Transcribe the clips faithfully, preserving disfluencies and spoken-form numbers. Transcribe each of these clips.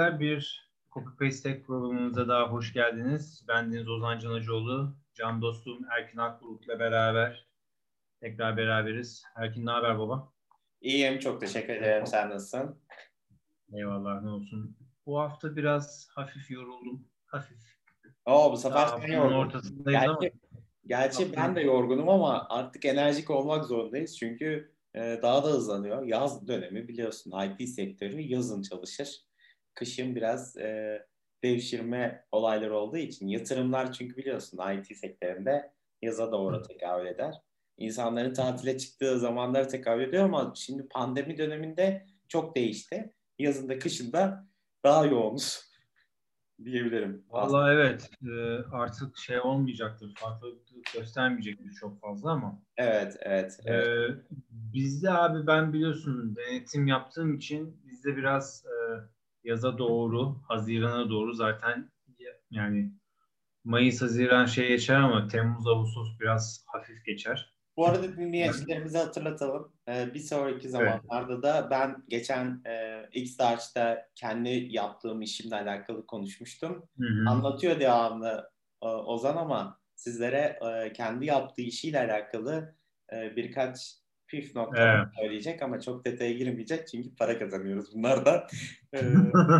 dinleyiciler, bir Copy Paste Tech programımıza daha hoş geldiniz. Ben Deniz Ozan Canacıoğlu, can dostum Erkin Akbulut'la beraber tekrar beraberiz. Erkin, ne haber baba? İyiyim, çok teşekkür ederim. Sen nasılsın? Eyvallah, ne olsun. Bu hafta biraz hafif yoruldum. Hafif. Oo, bu sefer Daha sen haftanın yorgun. ortasındayız ama. Gerçi, gerçi ben Haftanın... de yorgunum ama artık enerjik olmak zorundayız. Çünkü e, daha da hızlanıyor. Yaz dönemi biliyorsun. I T sektörü yazın çalışır. Kışın biraz e, devşirme olayları olduğu için. Yatırımlar çünkü biliyorsun I T sektöründe yaza doğru tekabül eder. İnsanların tatile çıktığı zamanları tekabül ediyor ama şimdi pandemi döneminde çok değişti. Yazında, kışında daha yoğunuz diyebilirim aslında. Vallahi evet, e, artık şey olmayacaktır, farklılık göstermeyecektir çok fazla ama. Evet, evet, evet. Ee, bizde abi ben biliyorsun denetim yaptığım için bizde biraz e, yaza doğru, Haziran'a doğru zaten yani Mayıs, Haziran şey geçer ama Temmuz, Ağustos biraz hafif geçer. Bu arada Yani, dinleyicilerimize hatırlatalım. Ee, bir sonraki evet. zamanlarda da ben geçen e, X-Starch'ta kendi yaptığım işimle alakalı konuşmuştum. Hı hı. Anlatıyor devamlı e, Ozan ama sizlere e, kendi yaptığı işiyle alakalı e, birkaç püf noktalar Evet. söyleyecek ama çok detaya girmeyecek çünkü para kazanıyoruz bunlardan. Ee,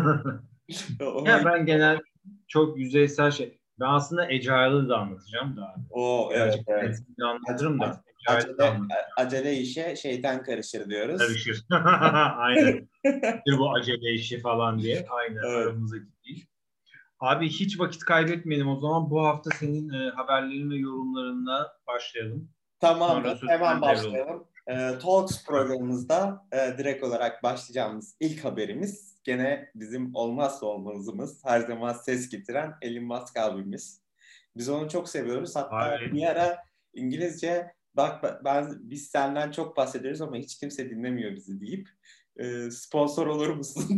ona Ya ben genel çok yüzeysel şey. Ben aslında Agile'ı da anlatacağım da abi. o evet, Birazcık evet. denetimini de Ac- anlatırım ac- da Agile'ı da Acele, anlatacağım. acele işe şeytan karışır diyoruz. Karışır. Aynen. Bir bu acele işi falan diye. Aynen Evet. aramızdaki değil. Abi hiç vakit kaybetmeyelim. O zaman bu hafta senin e, haberlerin ve yorumlarına başlayalım. Sonra Tamamdır. söz Hemen ben devralırım. başlayalım. Ee, Talks programımızda e, direkt olarak başlayacağımız ilk haberimiz gene bizim olmazsa olmazımız, her zaman ses getiren Elon Musk abimiz. Biz onu çok seviyoruz. Hatta Abi bir ara İngilizce bak ben biz senden çok bahsediyoruz ama hiç kimse dinlemiyor bizi deyip e, sponsor olur musun?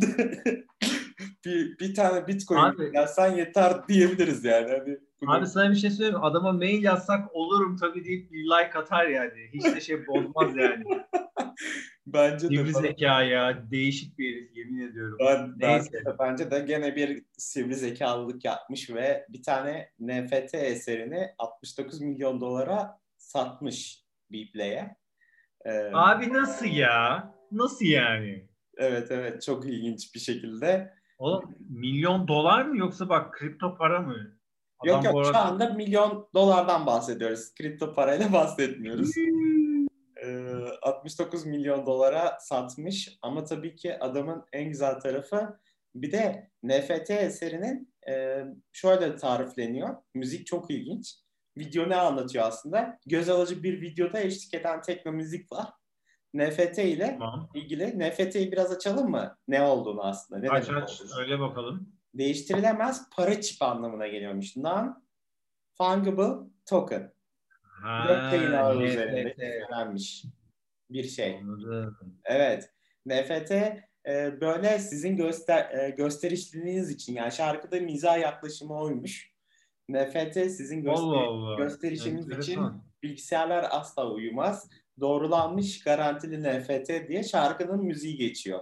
bir, bir tane Bitcoin abi yazsan yeter diyebiliriz yani. Hani abi bunu sana bir şey söyleyeyim mi? Adama mail yazsak olurum tabii deyip bir like atar yani. Hiç de şey bozmaz yani. bence de Sivri bana zeka ya. Değişik bir herif yemin ediyorum. Ben, bence Neyse. de, bence de gene bir sivri zekalılık yapmış ve bir tane N F T eserini altmış dokuz milyon dolara satmış Biple'ye. Ee, Abi nasıl ya? Nasıl yani? evet evet çok ilginç bir şekilde. O milyon dolar mı yoksa bak kripto para mı? Yok Adam yok bu şu arada anda milyon dolardan bahsediyoruz. Kripto parayla bahsetmiyoruz. Ee, altmış dokuz milyon dolara satmış ama tabii ki adamın en güzel tarafı bir de N F T eserinin e, şöyle tarifleniyor. Müzik çok ilginç. Video ne anlatıyor aslında? Göz alıcı bir videoda eşlik eden tekno müzik var. N F T ile tamam. ilgili. N F T'yi biraz açalım mı? Ne olduğunu aslında, ne Aç demek aç olduğunu. öyle bakalım. Değiştirilemez para çipi anlamına geliyormuş. Non-fungible token. Blockchain Ha, ağı üzerinde N F T. gizlenmiş bir şey. Anladım. Evet. N F T e, böyle sizin göster e, gösterişliliğiniz için yani şarkıda mizah yaklaşımı oymuş. N F T sizin Allah göster Allah. gösterişiniz için Enteresan. bilgisayarlar asla uyumaz. Doğrulanmış garantili N F T diye şarkının müziği geçiyor.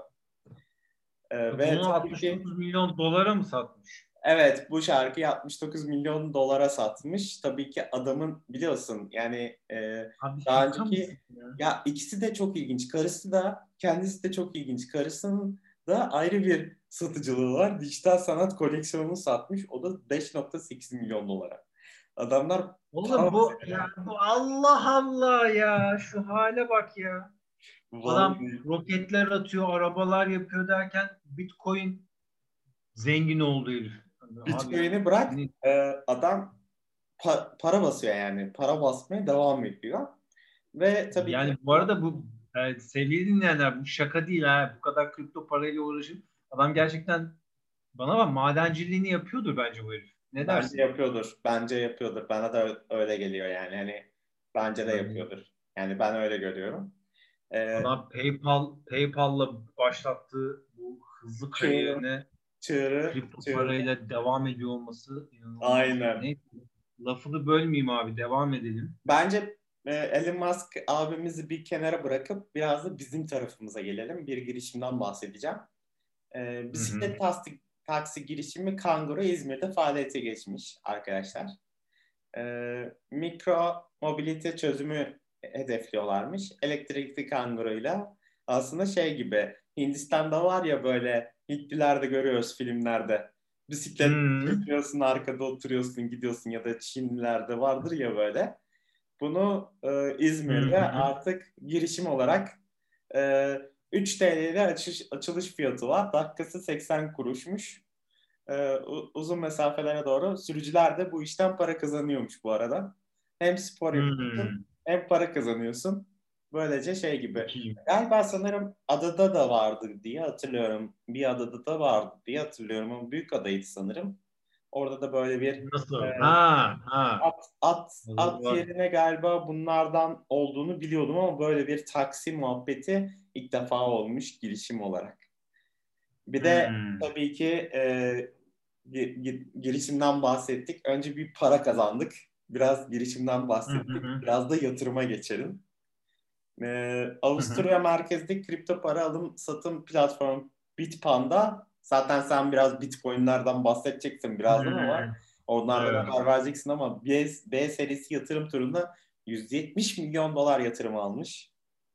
E, ve Bunu tabii ki altmış dokuz milyon dolara mı satmış? evet bu şarkıyı altmış dokuz milyon dolara satmış. Tabii ki adamın biliyorsun yani e, Abi daha şaka önceki mısın ya? ya ikisi de çok ilginç. Karısı da kendisi de çok ilginç. Karısının da ayrı bir satıcılığı var. Dijital sanat koleksiyonunu satmış. O da beş nokta sekiz milyon dolara. Adamlar para Oğlum bu basıyor ya yani. bu Allah Allah ya şu hale bak ya. Adam Vallahi roketler atıyor, arabalar yapıyor derken Bitcoin zengin oldu herif. Abi Bitcoin'i bırak hani e, adam pa- para basıyor yani. Para basmaya devam ediyor. Ve tabii ki yani bu arada bu e, sevgili dinleyenler bu şaka değil ha. Bu kadar kripto parayla uğraşıp adam gerçekten bana bak madenciliğini yapıyordur bence bu herif. Ne bence dersin? yapıyordur. Bence yapıyordur. Bana da öyle geliyor yani. Hani bence de Yani yapıyordur. Yani ben öyle görüyorum. Ee, adam PayPal PayPal'la başlattığı bu hızlı çığırı, kariyerine çığırı, kripto çığırı. parayla devam ediyor olması inanılmaz ya. Aynen. Neyse. Lafını bölmeyeyim abi. Devam edelim. Bence e, Elon Musk abimizi bir kenara bırakıp biraz da bizim tarafımıza gelelim. Bir girişimden bahsedeceğim. Ee, Hı hı. bisiklet lastik, taksi girişimi Kanguru İzmir'de faaliyete geçmiş arkadaşlar. Ee, mikro mobilite çözümü hedefliyorlarmış. Elektrikli kanguruyla aslında şey gibi, Hindistan'da var ya böyle Hintlilerde görüyoruz filmlerde. Bisiklet Hmm. sürüyorsun, arkada oturuyorsun, gidiyorsun, ya da Çinlilerde vardır ya böyle. Bunu e, Hı İzmir'de hı. artık girişim olarak e, üç T L'de açış, açılış fiyatı var. Dakikası seksen kuruşmuş. E, uzun mesafelere doğru sürücüler de bu işten para kazanıyormuş bu arada. Hem spor yapıyorsun Hmm. hem para kazanıyorsun. Böylece şey Çok gibi. iyi. Galiba sanırım adada da vardı diye hatırlıyorum. Bir adada da vardı diye hatırlıyorum ama büyük adaydı sanırım. Orada da böyle bir e, Nasıl? Ha, ha. at, at, Olur at var. yerine galiba bunlardan olduğunu biliyordum ama böyle bir taksi muhabbeti ilk defa olmuş girişim olarak. Bir de Hmm. tabii ki e, girişimden bahsettik. Önce bir para kazandık. Biraz girişimden Hı bahsettik. hı. Biraz da yatırıma geçelim. Ee, Hı hı. Avusturya merkezli kripto para alım satım platformu Bitpanda. Zaten sen biraz Bitcoin'lerden bahsedeceksin birazdan ama Hmm. onlardan Evet. haber vereceksin ama B, B serisi yatırım turunda yüz yetmiş milyon dolar yatırım almış.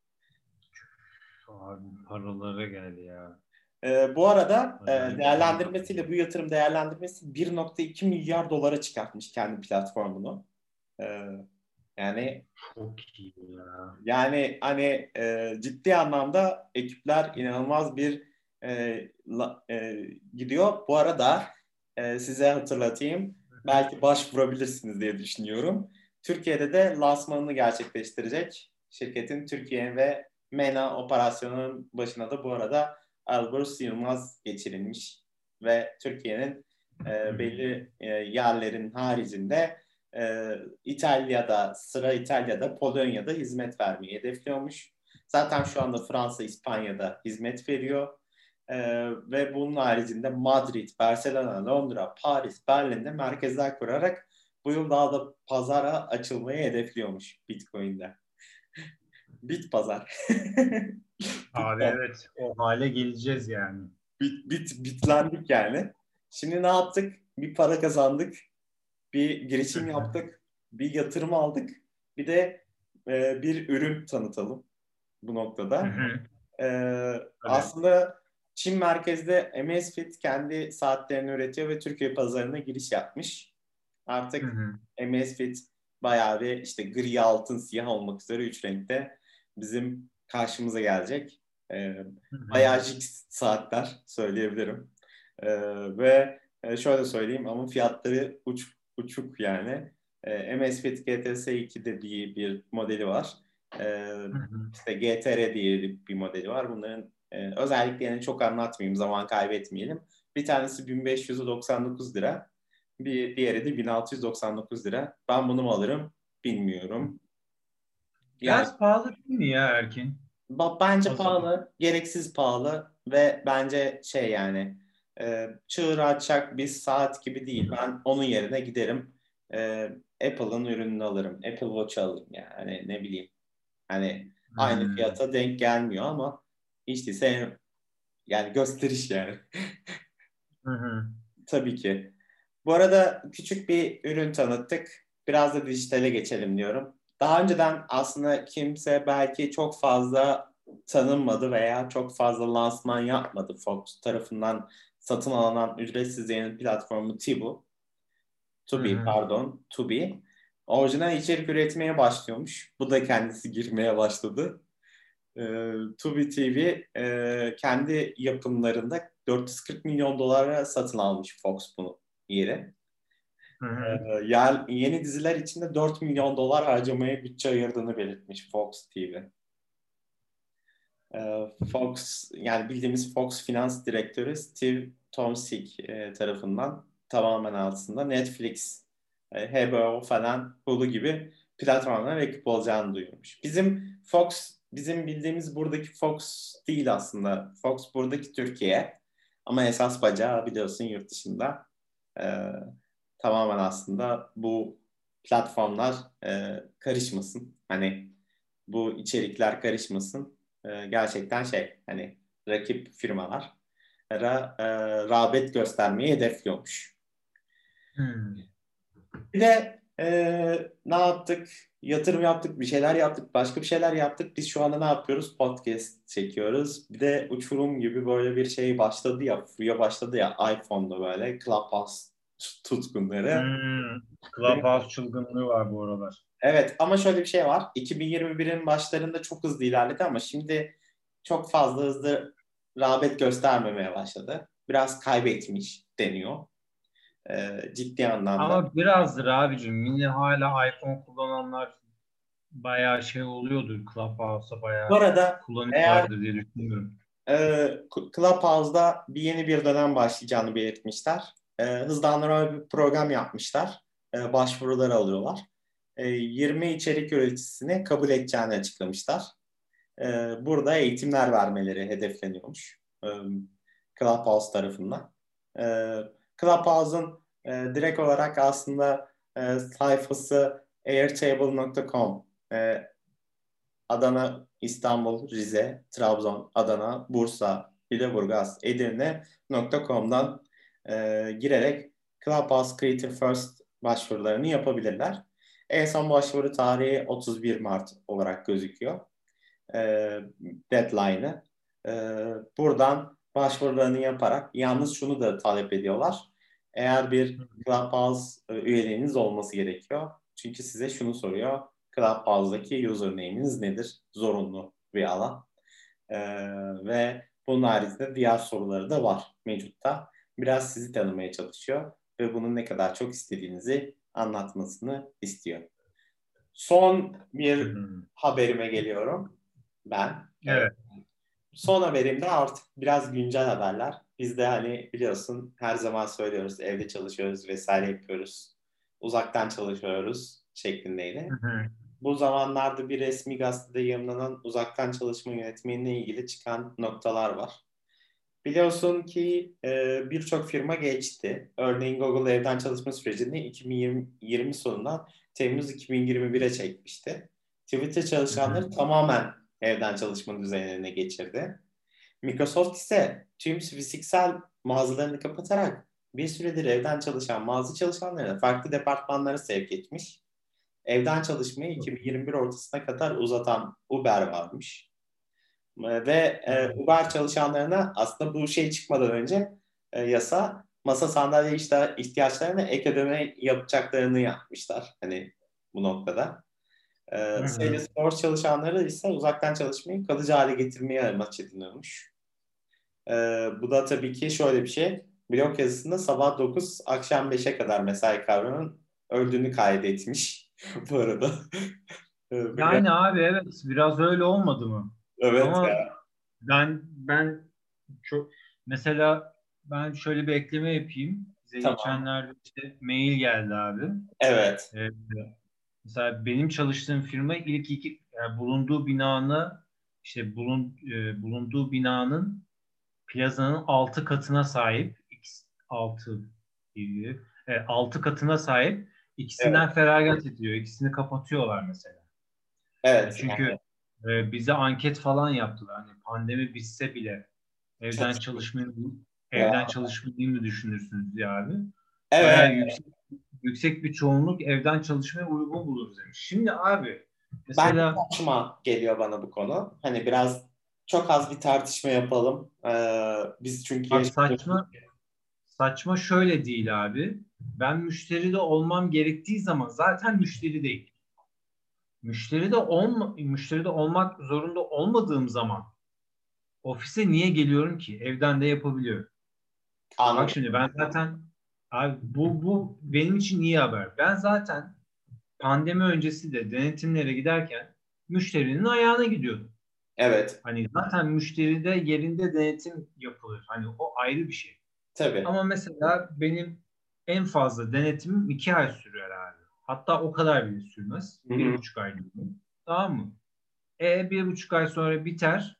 Abi paralara gel ya. Ee, bu arada e, Acayip paralar. değerlendirmesiyle bu yatırım değerlendirmesi bir nokta iki milyar dolara çıkartmış kendi platformunu. Ee, yani Çok iyi ya. Yani hani e, ciddi anlamda ekipler inanılmaz bir e, la- e, gidiyor. Bu arada e, size hatırlatayım. Belki başvurabilirsiniz diye düşünüyorum. Türkiye'de de lansmanını gerçekleştirecek. Şirketin Türkiye ve MENA operasyonunun başına da bu arada Alburs Yılmaz geçirilmiş ve Türkiye'nin e, belli e, yerlerin haricinde e, İtalya'da, sıra İtalya'da, Polonya'da hizmet vermeyi hedefliyormuş. Zaten şu anda Fransa, İspanya'da hizmet veriyor. E, ve bunun haricinde Madrid, Barcelona, Londra, Paris, Berlin'de merkezler kurarak bu yıl daha da pazara açılmayı hedefliyormuş Bitcoin'de. Bit pazar. Bit Abi evet, o hale geleceğiz yani. bit, bit, bitlendik yani. Şimdi ne yaptık? Bir para kazandık. Bir Hı girişim hı. yaptık, bir yatırım aldık, bir de e, bir ürün tanıtalım bu Hı noktada. hı. E, Tabii. aslında Çin merkezde Amazfit kendi saatlerini üretiyor ve Türkiye pazarına giriş yapmış. Hı Artık hı. Amazfit bayağı bir işte gri, altın, siyah olmak üzere üç renkte bizim karşımıza gelecek. E, Hı hı. bayağı jik saatler söyleyebilirim. E, ve e, şöyle söyleyeyim ama fiyatları uç, uçuk yani. E, Amazfit G T S ikide diye bir modeli var. E, Hı hı. işte G T R diye bir modeli var. Bunların e, özelliklerini çok anlatmayayım, zaman kaybetmeyelim. Bir tanesi bin beş yüz doksan dokuz lira. Bir diğeri de bin altı yüz doksan dokuz lira. Ben bunu mu alırım? Bilmiyorum. Yani Biraz pahalı değil mi ya Erkin? ba- bence Aslında. pahalı, gereksiz pahalı ve bence şey yani e, çığır açacak bir saat gibi değil. Ben onun yerine giderim e, Apple'ın ürününü alırım. Apple Watch alırım yani. Hani ne bileyim. Hani aynı Hmm. fiyata denk gelmiyor ama hiç değilse yani gösteriş yani. Hı hı. Tabii ki. Bu arada küçük bir ürün tanıttık. Biraz da dijitale geçelim diyorum. Daha önceden aslında kimse belki çok fazla tanınmadı veya çok fazla lansman yapmadı Fox tarafından satın alınan ücretsiz yayın platformu Tubi. Hı Tubi hı. pardon, Tubi. Orijinal içerik üretmeye başlıyormuş. Bu da kendisi girmeye başladı. Ee, Tubi T V e, kendi yapımlarında dört yüz kırk milyon dolara satın almış Fox bunu yeri. Hı hı. Ee, yer, yeni diziler için de dört milyon dolar harcamaya bütçe ayırdığını belirtmiş Fox T V. Ee, Fox yani bildiğimiz Fox Finans Direktörü Steve Tomsic e, tarafından tamamen altında Netflix, e, H B O falan Hulu gibi platformlara rakip olacağını duyurmuş. Bizim Fox bizim bildiğimiz buradaki Fox değil aslında. Fox buradaki Türkiye ama esas bacağı biliyorsun yurt dışında. Ee, tamamen aslında bu platformlar e, karışmasın. Hani bu içerikler karışmasın. E, gerçekten şey hani rakip firmalar. ra, e, rağbet göstermeyi hedefliyormuş. Hmm. Bir de e, ne yaptık? Yatırım yaptık, bir şeyler yaptık, başka bir şeyler yaptık. Biz şu anda ne yapıyoruz? Podcast çekiyoruz. Bir de uçurum gibi böyle bir şey başladı ya, furya başladı ya iPhone'da böyle Clubhouse tutkunları. Hmm. Clubhouse çılgınlığı var bu aralar. Evet ama şöyle bir şey var. iki bin yirmi birin başlarında çok hızlı ilerledi ama şimdi çok fazla hızlı rağbet göstermemeye başladı. Biraz kaybetmiş deniyor. Ee, ciddi anlamda. Ama birazdır abicim. Yine hala iPhone kullananlar bayağı şey oluyordur. Clubhouse'a Bu bayağı arada eğer kullanıyorlardır diye düşünüyorum. e, Clubhouse'da bir yeni bir dönem başlayacağını belirtmişler. E, hızlandırma bir program yapmışlar. E, başvuruları alıyorlar. E, yirmi içerik üreticisini kabul edeceğini açıklamışlar. E, burada eğitimler vermeleri hedefleniyormuş. E, Clubhouse tarafından. E, Clubhouse'un e, direkt olarak aslında e, sayfası airtable nokta com. E, Adana, İstanbul, Rize, Trabzon, Adana, Bursa, Lüleburgaz, Edirne nokta com'dan e, girerek Clubhouse Creator First başvurularını yapabilirler. En son başvuru tarihi otuz bir Mart olarak gözüküyor. E, Deadline'ı. E, buradan başvurularını yaparak yalnız şunu da talep ediyorlar. Eğer bir Clubhouse e, üyeliğiniz olması gerekiyor. Çünkü size şunu soruyor. Clubhouse'daki username'iniz nedir? Zorunlu bir alan. Ee, ve bunun haricinde diğer soruları da var mevcutta. Biraz sizi tanımaya çalışıyor ve bunun ne kadar çok istediğinizi anlatmasını istiyor. Son Hı bir hı. haberime geliyorum ben. Ee, Evet. son haberimde artık biraz güncel haberler. Biz de hani biliyorsun her zaman söylüyoruz evde çalışıyoruz vesaire yapıyoruz. Uzaktan çalışıyoruz Hı şeklindeydi. hı. Bu zamanlarda bir resmi gazetede yayımlanan uzaktan çalışma yönetmeliğine ilgili çıkan noktalar var. Biliyorsun ki e, birçok firma geçti. Örneğin Google evden çalışma sürecini iki bin yirmi, yirmi sonundan Temmuz iki bin yirmi bire çekmişti. Twitter Hı hı. çalışanları tamamen evden çalışma düzenine geçirdi. Microsoft ise tüm fiziksel mağazalarını kapatarak bir süredir evden çalışan mağaza çalışanlarını farklı departmanlara sevk etmiş. Evden çalışmayı iki bin yirmi bir ortasına kadar uzatan Uber varmış. Ve e, Uber çalışanlarına aslında bu şey çıkmadan önce e, yasa masa sandalye işte ihtiyaçlarına ek ödeme yapacaklarını yapmışlar. Hani bu noktada. E, Hı hı. Salesforce çalışanları ise uzaktan çalışmayı kalıcı hale getirmeyi amaç ediniyormuş. E, bu da tabii ki şöyle bir şey. Blog yazısında sabah dokuz akşam beşe kadar mesai kavramının öldüğünü kaydetmiş bu arada. E, biraz, Yani abi evet biraz öyle olmadı mı? evet Ama ya. ben ben çok mesela ben şöyle bir ekleme yapayım. Bize Tamam. geçenlerde işte mail geldi abi. Evet. Ee, mesela benim çalıştığım firma ilk iki yani bulunduğu binanı işte bulun, e, bulunduğu binanın plazanın altı katına sahip X altı gibi e, altı katına sahip Evet. ikisinden feragat ediyor. İkisini kapatıyorlar mesela. E, Evet. çünkü e, bize anket falan yaptılar. Hani pandemi bitse bile Çok evden çalışmayı evden devam. çalışmayı mı düşünürsünüz diye abi. Evet. Bayağı yüksek yüksek bir çoğunluk evden çalışmaya uygun bulur demiş. Şimdi abi Bence mesela saçma geliyor bana bu konu. Hani biraz çok az bir tartışma yapalım. Ee, biz çünkü bak yaşıyoruz. saçma saçma şöyle değil abi. Ben müşteride olmam gerektiği zaman zaten müşteri değil. Müşteride olma, müşteride olmak zorunda olmadığım zaman ofise niye geliyorum ki? Evden de yapabiliyorum. Bak Anladım. şimdi ben zaten abi bu bu benim için iyi haber. Ben zaten pandemi öncesi de denetimlere giderken müşterinin ayağına gidiyordum. Evet. Hani zaten müşteride yerinde denetim yapılır. Hani o ayrı bir şey. Tabii. Ama mesela benim en fazla denetimim iki ay sürüyor abi. Hatta o kadar bile sürmez. Hı Bir hı. buçuk ay gibi. Tamam mı? E bir buçuk ay sonra biter.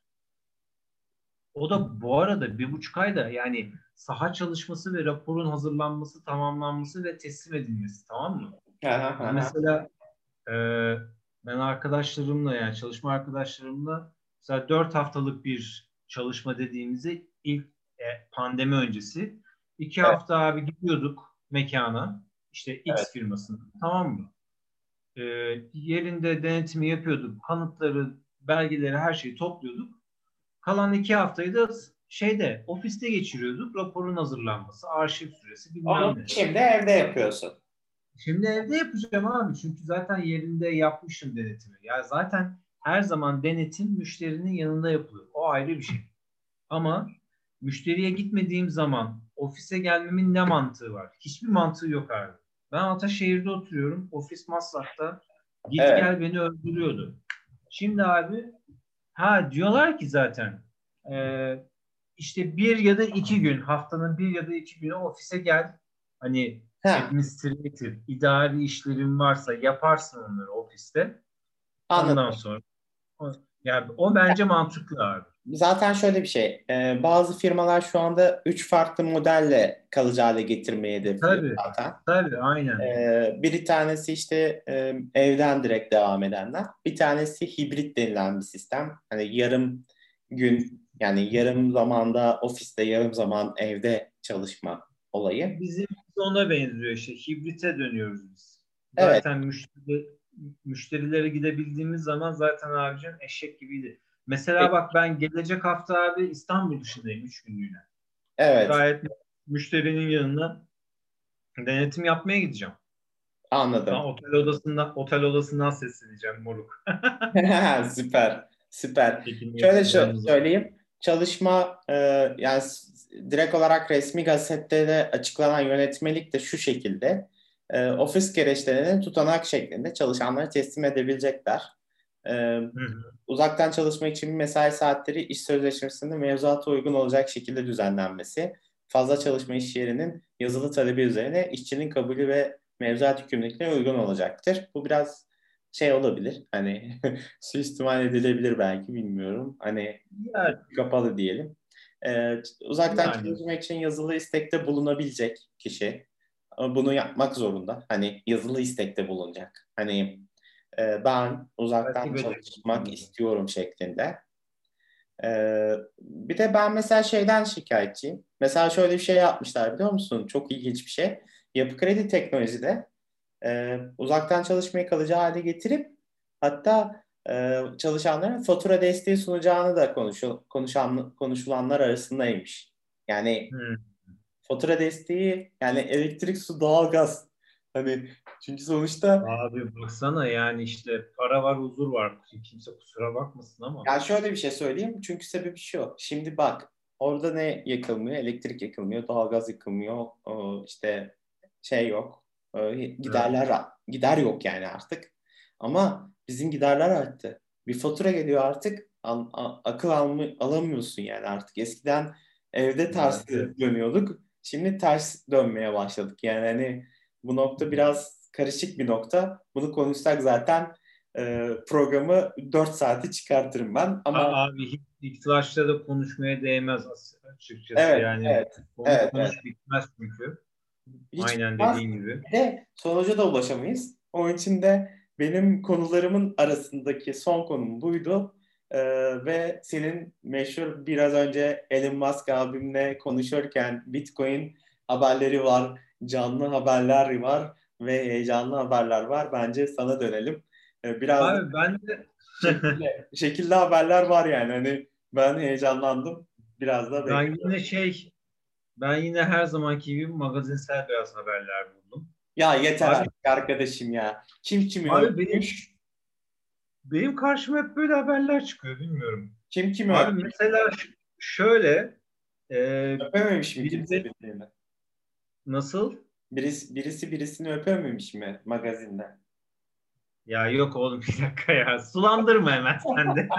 O da bu arada bir buçuk ayda yani saha çalışması ve raporun hazırlanması, tamamlanması ve teslim edilmesi, tamam mı? Aha, Biz aha. mesela e, ben arkadaşlarımla yani çalışma arkadaşlarımla mesela dört haftalık bir çalışma dediğimizi ilk e, pandemi öncesi. İki Evet. hafta abi gidiyorduk mekana. İşte Evet. X firmasına. Tamam mı? E, Yerinde denetimi yapıyorduk. Kanıtları, belgeleri, her şeyi topluyorduk. Kalan iki haftayı da şeyde, ofiste geçiriyorduk. Raporun hazırlanması, arşiv süresi, Onu bilmem ne. şimdi evde yapıyorsun. Şimdi evde yapacağım abi. Çünkü zaten yerinde yapmışım denetimi. Ya zaten her zaman denetim müşterinin yanında yapılıyor. O ayrı bir şey. Ama müşteriye gitmediğim zaman ofise gelmemin ne mantığı var? Hiçbir mantığı yok abi. Ben Ataşehir'de oturuyorum. Ofis Maslak'ta. Git Evet. gel beni öldürüyordu. Şimdi abi, ha diyorlar ki zaten e, işte bir ya da iki gün, haftanın bir ya da iki günü ofise gel. Hani Ha, administratif, idari işlerin varsa yaparsın onları ofiste. Ondan anladım. sonra o, yani o bence mantıklı abi. Zaten şöyle bir şey. e, bazı firmalar şu anda üç farklı modelle kalıcı hale getirmeyi hedefliyor Tabii, zaten. tabii, aynen. E, bir tanesi işte e, evden direkt devam edenler. Bir tanesi hibrit denilen bir sistem. Hani yarım gün yani yarım zamanda ofiste yarım zaman evde çalışma olayı. Bizim ona benziyor işte. Hibrite dönüyoruz biz. Evet, Zaten müşteri, müşterilere gidebildiğimiz zaman zaten abicim eşek gibiydi. Mesela bak, ben gelecek hafta abi İstanbul dışındayım üç günlüğüne. evet, Gayet müşterinin yanına denetim yapmaya gideceğim. Ben anladım. otel odasından otel odasından sesleneceğim moruk. Süper, süper. Çekilmeye Şöyle şö- planımız var. söyleyeyim. Çalışma e, yani s- direkt olarak resmi gazetede de açıklanan yönetmelik de şu şekilde. E, ofis gereçlerini tutanak şeklinde çalışanlara teslim edebilecekler. E, Hı hı. Uzaktan çalışmak için mesai saatleri iş sözleşmesinde mevzuata uygun olacak şekilde düzenlenmesi. Fazla çalışma iş yerinin yazılı talebi üzerine işçinin kabulü ve mevzuat yükümlülüklerine uygun olacaktır. Bu biraz şey olabilir. Hani suistimal edilebilir belki bilmiyorum. Hani Yani, kapalı diyelim. Ee, uzaktan yani çalışmak için yazılı istekte bulunabilecek kişi ama bunu yapmak zorunda. Hani yazılı istekte bulunacak. Hani e, ben uzaktan takip edeceğim. çalışmak istiyorum şeklinde. Ee, bir de ben mesela şeyden şikayetçiyim. Mesela şöyle bir şey yapmışlar biliyor musun? Çok ilginç bir şey. Yapı Kredi Teknoloji'de e, uzaktan çalışmayı kalıcı hale getirip hatta e, çalışanların fatura desteği sunacağını da konuşu, konuşan, konuşulanlar arasındaymış. Yani Hı. fatura desteği yani elektrik, su, doğalgaz. Hani çünkü sonuçta Abi baksana, yani işte para var, huzur var. Kimse kusura bakmasın ama. ya şöyle bir şey söyleyeyim. Çünkü sebebi şu. Şimdi bak orada ne yakılmıyor? Elektrik yakılmıyor, doğalgaz yakılmıyor. O, işte şey yok. Ee, Evet. Giderler gider yok yani artık. Ama bizim giderler arttı. Bir fatura geliyor artık al- a- akıl almı, alamıyorsun yani artık. Eskiden evde Ya, ters evet. dönüyorduk. Şimdi ters dönmeye başladık. Yani hani bu nokta biraz karışık bir nokta. Bunu konuşsak zaten e, programı dört saati çıkartırım ben. Ama A- Abi hiç ihtiyaçla da konuşmaya değmez as- açıkçası. evet, Yani evet, konuş evet, evet. konuş bitmez çünkü. Hiç Aynen bitmez. dediğin gibi. Bir de sonuca da ulaşamayız. Onun için de benim konularımın arasındaki son konum buydu. Ee, ve senin meşhur biraz önce Elon Musk abimle konuşurken Bitcoin haberleri var, canlı haberler var ve heyecanlı haberler var. Bence sana dönelim. Ee, biraz da Abi ben de şekilli, şekilli haberler var yani. Hani ben heyecanlandım. Biraz da ben bekliyorum. yine şey ben yine her zamanki gibi magazinsel biraz haberler buldum. Ya yeter Abi artık arkadaşım ya. Kim kimi abi benim öpmüş, benim karşıma hep böyle haberler çıkıyor, bilmiyorum. kim kimi Abi öpmüş. mesela ş- şöyle e, Öpememiş mi kimse biri birbirini? nasıl? Birisi, birisi birisini öpememiş mi magazinde? Ya yok oğlum, bir dakika ya. Sulandırma hemen sen de.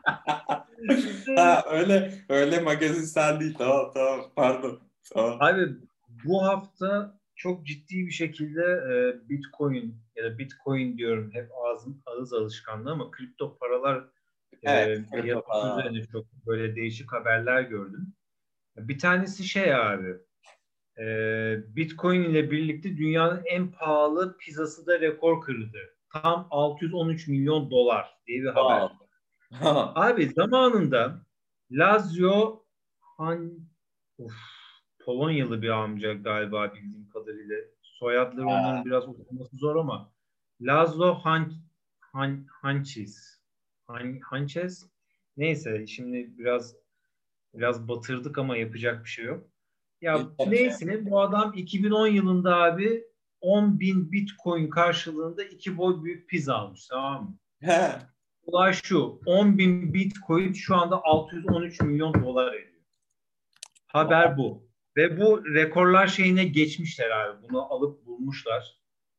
Ha öyle öyle magazinsel değil. Tamam tamam pardon. Tamam. Abi bu hafta çok ciddi bir şekilde e, Bitcoin ya da Bitcoin diyorum, hep ağzım ağız alışkanlığı, ama kripto paralar Evet. e, Kripto piyasası para. üzerine çok böyle değişik haberler gördüm. Bir tanesi şey abi, e, Bitcoin ile birlikte dünyanın en pahalı pizzası da rekor kırdı. Tam altı yüz on üç milyon dolar diye bir haber. Wow. Abi zamanında Lazio Of, Polonyalı bir amca galiba bildiğim kadarıyla. Soyadları onların Ha. biraz okuması zor ama Laszlo Han, Han, Hanches. Han, Hanches. Neyse şimdi biraz biraz batırdık ama yapacak bir şey yok. Ya neyse bu adam iki bin on yılında abi on bin Bitcoin karşılığında iki boy büyük pizza almış, tamam mı? Olay şu, on bin Bitcoin şu anda altı yüz on üç milyon dolar ediyor. Haber bu. Ve bu rekorlar şeyine geçmişler abi. Bunu alıp bulmuşlar.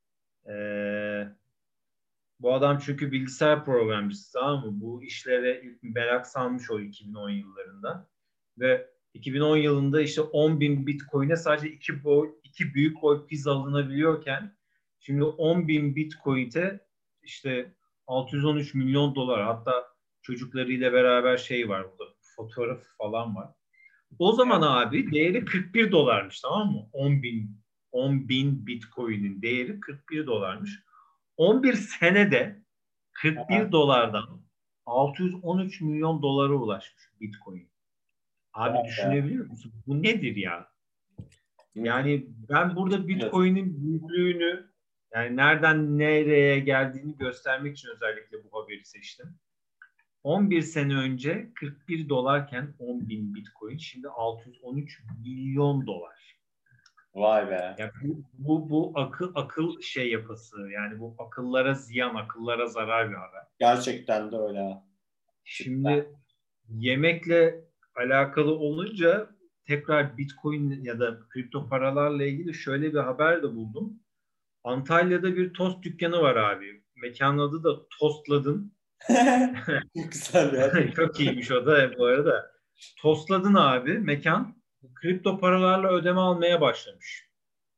Ee, bu adam çünkü bilgisayar programcısı, tamam mı? Bu işlere ilk merak salmış o iki bin on yıllarında. Ve iki bin on yılında işte on bin Bitcoin'e sadece iki, boy, iki büyük boy pizza alınabiliyorken şimdi on bin Bitcoin'e işte altı yüz on üç milyon dolar, hatta çocuklarıyla beraber şey var burada, fotoğraf falan var. O zaman abi değeri kırk bir dolarmış, tamam mı? on bin on bin Bitcoin'in değeri kırk bir dolarmış. on bir senede kırk bir dolardan altı yüz on üç milyon dolara ulaşmış Bitcoin. Abi düşünebiliyor musun? Bu nedir ya? Yani ben burada Bitcoin'in büyüklüğünü, yani nereden nereye geldiğini göstermek için özellikle bu haberi seçtim. on bir sene önce kırk bir dolarken on bin Bitcoin şimdi altı yüz on üç milyon dolar. Vay be. Yani bu, bu, bu akıl, akıl şey yapısı, yani bu akıllara ziyan, akıllara zarar bir haber. Gerçekten de öyle. Şimdi yemekle alakalı olunca tekrar Bitcoin ya da kripto paralarla ilgili şöyle bir haber de buldum. Antalya'da bir tost dükkanı var abi. Mekanın adı da Tostladın. Çok güzel ya. Çok iyiymiş o da bu arada. Tostladın abi mekan. Kripto paralarla ödeme almaya başlamış.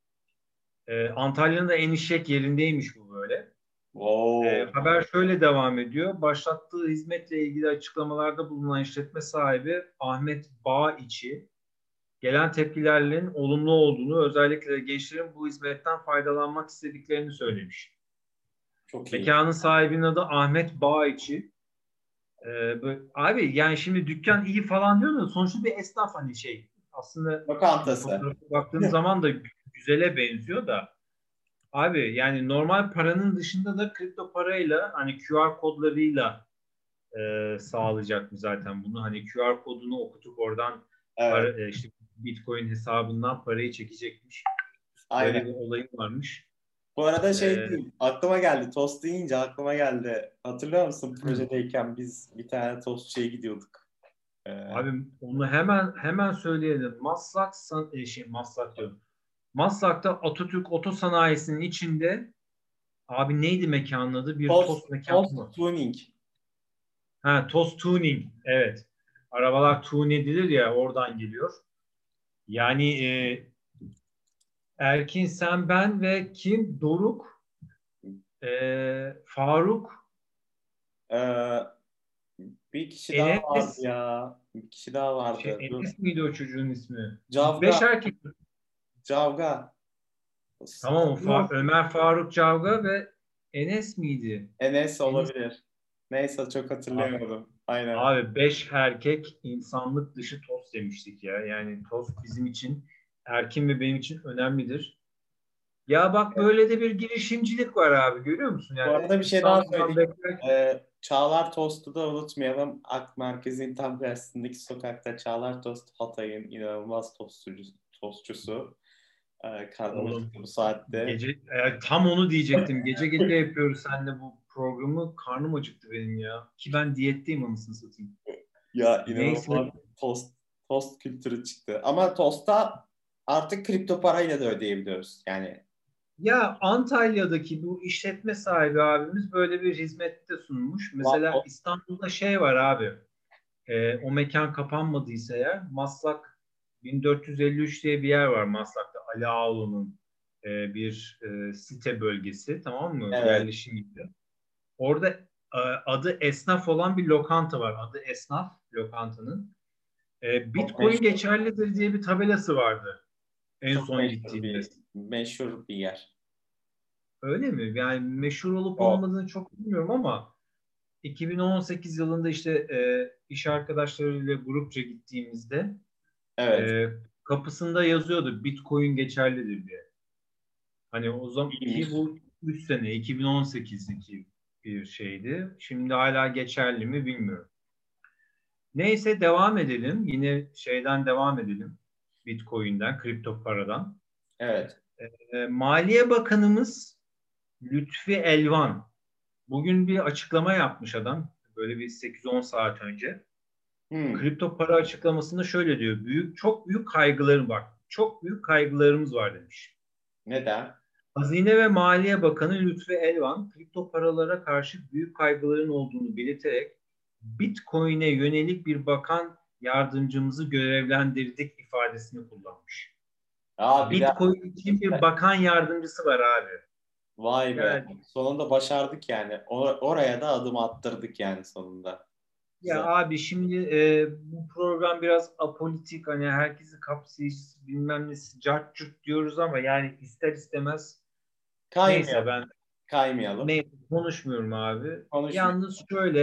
Ee, Antalya'nın da en işlek yerindeymiş bu böyle. Ee, Oo. haber şöyle devam ediyor. Başlattığı hizmetle ilgili açıklamalarda bulunan işletme sahibi Ahmet Bağiçi, gelen tepkilerin olumlu olduğunu, özellikle gençlerin bu hizmetten faydalanmak istediklerini söylemiş. Çok iyi. Mekanın sahibinin adı Ahmet Bağiçi. Ee, böyle, abi yani şimdi dükkan iyi falan diyor da sonuçta bir esnaf, hani şey. Aslında şimdi Lokantası. fotoğrafa baktığım zaman da güzele benziyor da. Abi yani normal paranın dışında da kripto parayla, hani Q R kodlarıyla e, sağlayacak mı zaten bunu? Hani Q R kodunu okutup oradan Evet. para, e, işte Bitcoin hesabından parayı çekecekmiş. Böyle Aynen. bir olayı varmış. Bu arada şey Ee, değil, aklıma geldi. Tost deyince aklıma geldi. Hatırlıyor musun hı. projedeyken biz bir tane tostçuya gidiyorduk. Ee, Abi onu hemen hemen söyleyelim. Maslak san, e, şey Maslak diyorum. Maslak'ta Atatürk Oto Sanayisi'nin içinde, abi neydi mekanın adı? Bir tost, tost mekanı tost mı? tuning. Ha, Tost Tuning. Evet. Arabalar tune edilir ya, oradan geliyor. Yani e, Erkin, sen, ben ve kim? Doruk, e, Faruk, Ee, bir kişi daha vardı Enes, ya. Bir kişi daha şey, vardı. Dur. Enes miydi o çocuğun ismi? Biz Cavga. beş erkek. Cavga. Tamam, o Fa- Yok. Ömer Faruk Cavga ve Enes miydi? Enes Enes. olabilir. Neyse çok Abi, hatırlayamadım. Aynen. abi beş erkek insanlık dışı tost demiştik ya. Yani tost bizim için, Erkin ve benim için önemlidir. Ya bak, böyle de bir girişimcilik var abi, görüyor musun? Bu Yani arada bir şey daha İstanbul'dan söyleyeyim. beklerken. Ee, Çağlar Tost'u da unutmayalım. Ak Merkez'in tam karşısındaki sokakta Çağlar Tost Hatay'ın inanılmaz tostçusu. tostçusu. Ee, karnım Oğlum, acıktı bu saatte. gece e, tam onu diyecektim. Gece gece yapıyoruz seninle bu programı. Karnım acıktı benim ya. Ki ben diyetteyim, anasını satayım. Ya Neyse. inanılmaz tost, tost kültürü çıktı. Ama tosta artık kripto parayla da ödeyebiliyoruz. Yani Ya Antalya'daki bu işletme sahibi abimiz böyle bir hizmette sunmuş. Mesela Vapo- İstanbul'da şey var abi. E, o mekan kapanmadıysa eğer, Maslak bin dört yüz elli üç diye bir yer var Maslak'ta. Ali Ağaoğlu'nun e, bir e, site bölgesi, tamam mı? evet. Yerleşim yeri. Orada e, adı Esnaf olan bir lokanta var. Adı Esnaf lokantanın. E, Çok Bitcoin meşhur, geçerlidir diye bir tabelası vardı en çok son meşhur gittiğimde. bir meşhur bir yer. Öyle mi? Yani meşhur olup Çok. olmadığını çok bilmiyorum ama iki bin on sekiz yılında işte e, iş arkadaşlarıyla grupça gittiğimizde Evet. E, kapısında yazıyordu Bitcoin geçerlidir diye. Hani o zaman ki İyiymiş. bu üç sene iki bin on sekizdeki bir şeydi. Şimdi hala geçerli mi bilmiyorum. Neyse devam edelim. Yine şeyden devam edelim. Bitcoin'den, kripto paradan. Evet. E, Maliye Bakanımız Lütfi Elvan bugün bir açıklama yapmış adam. Böyle bir sekiz on saat önce. Hmm. Kripto para açıklamasında şöyle diyor. Büyük, çok büyük kaygılarım var. Çok büyük kaygılarımız var demiş. Neden? Hazine ve Maliye Bakanı Lütfi Elvan, kripto paralara karşı büyük kaygıların olduğunu belirterek Bitcoin'e yönelik bir bakan yardımcımızı görevlendirdik ifadesini kullanmış. Aa bir daha. Bitcoin için bir bakan yardımcısı var abi. Vay be. Yani Sonunda başardık yani. Or- oraya da adım attırdık yani sonunda. ya Güzel. abi şimdi e, bu program biraz apolitik, hani herkesi kapsayıcısı bilmem nesi cart curt diyoruz ama yani ister istemez neyse Kaymayalım. ben Kaymayalım. ne konuşmuyorum abi. Konuşmuyor. Yalnız şöyle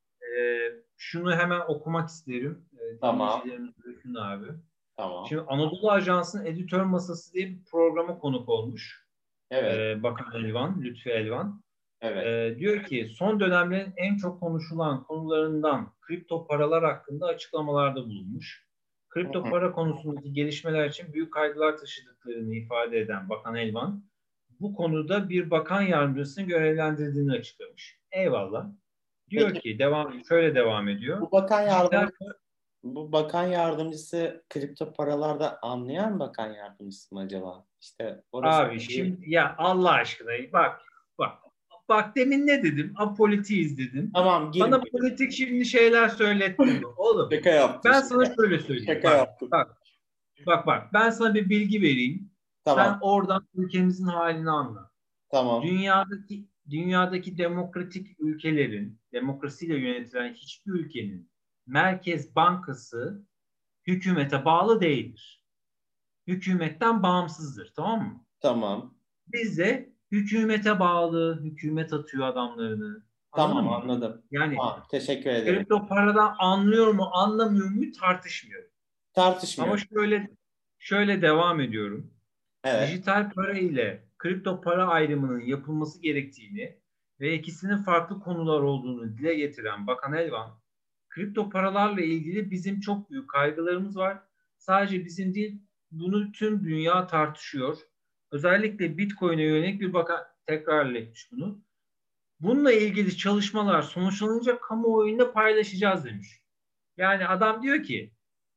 e, şunu hemen okumak isterim. E, Tamam. dinleyicilerimiz duysun abi. Tamam. Şimdi Anadolu Ajansı'nın editör masası diye bir programa konuk olmuş. Evet. E, Bakan Elvan, Lütfi Elvan. Evet. E, diyor ki son dönemlerin en çok konuşulan konularından kripto paralar hakkında açıklamalarda bulunmuş. Hı Kripto hı. para konusundaki gelişmeler için büyük kaygılar taşıdıklarını ifade eden Bakan Elvan, bu konuda bir bakan yardımcısını görevlendirdiğini açıklamış. Eyvallah. Diyor Peki ki devam şöyle devam ediyor. bu bakan Dijital yardımcısı bu bakan yardımcısı kripto paralarda anlayan bakan yardımcısı mı acaba? İşte orası abi bir... şimdi ya Allah aşkına bak bak bak demin ne dedim? Apolitiyiz dedim. Tamam Bana girmeyelim. politik şimdi şeyler söylettirme. Oğlum Şaka yaptım. ben sana Şaka, şöyle söyleyeyim. şaka Bak yaptım. bak bak bak ben sana bir bilgi vereyim. Tamam. Sen oradan ülkemizin halini anla. Tamam. Dünyadaki dünyadaki demokratik ülkelerin, demokrasiyle yönetilen hiçbir ülkenin Merkez Bankası hükümete bağlı değildir. Hükümetten bağımsızdır, tamam mı? Tamam. Bizde hükümete bağlı, hükümet atıyor adamlarını. Anladın Tamam mı? anladım. Yani Tamam. Teşekkür ederim. kripto paradan anlıyor mu, anlamıyor mu tartışmıyorum. Ama Tartışmıyorum. şöyle şöyle devam ediyorum. Evet. Dijital para ile kripto para ayrımının yapılması gerektiğini ve ikisinin farklı konular olduğunu dile getiren Bakan Elvan, kripto paralarla ilgili bizim çok büyük kaygılarımız var. Sadece bizim değil, bunu tüm dünya tartışıyor. Özellikle Bitcoin'e yönelik bir bakan tekrar etmiş bunu. Bununla ilgili çalışmalar sonuçlanınca kamuoyunda paylaşacağız demiş. Yani adam diyor ki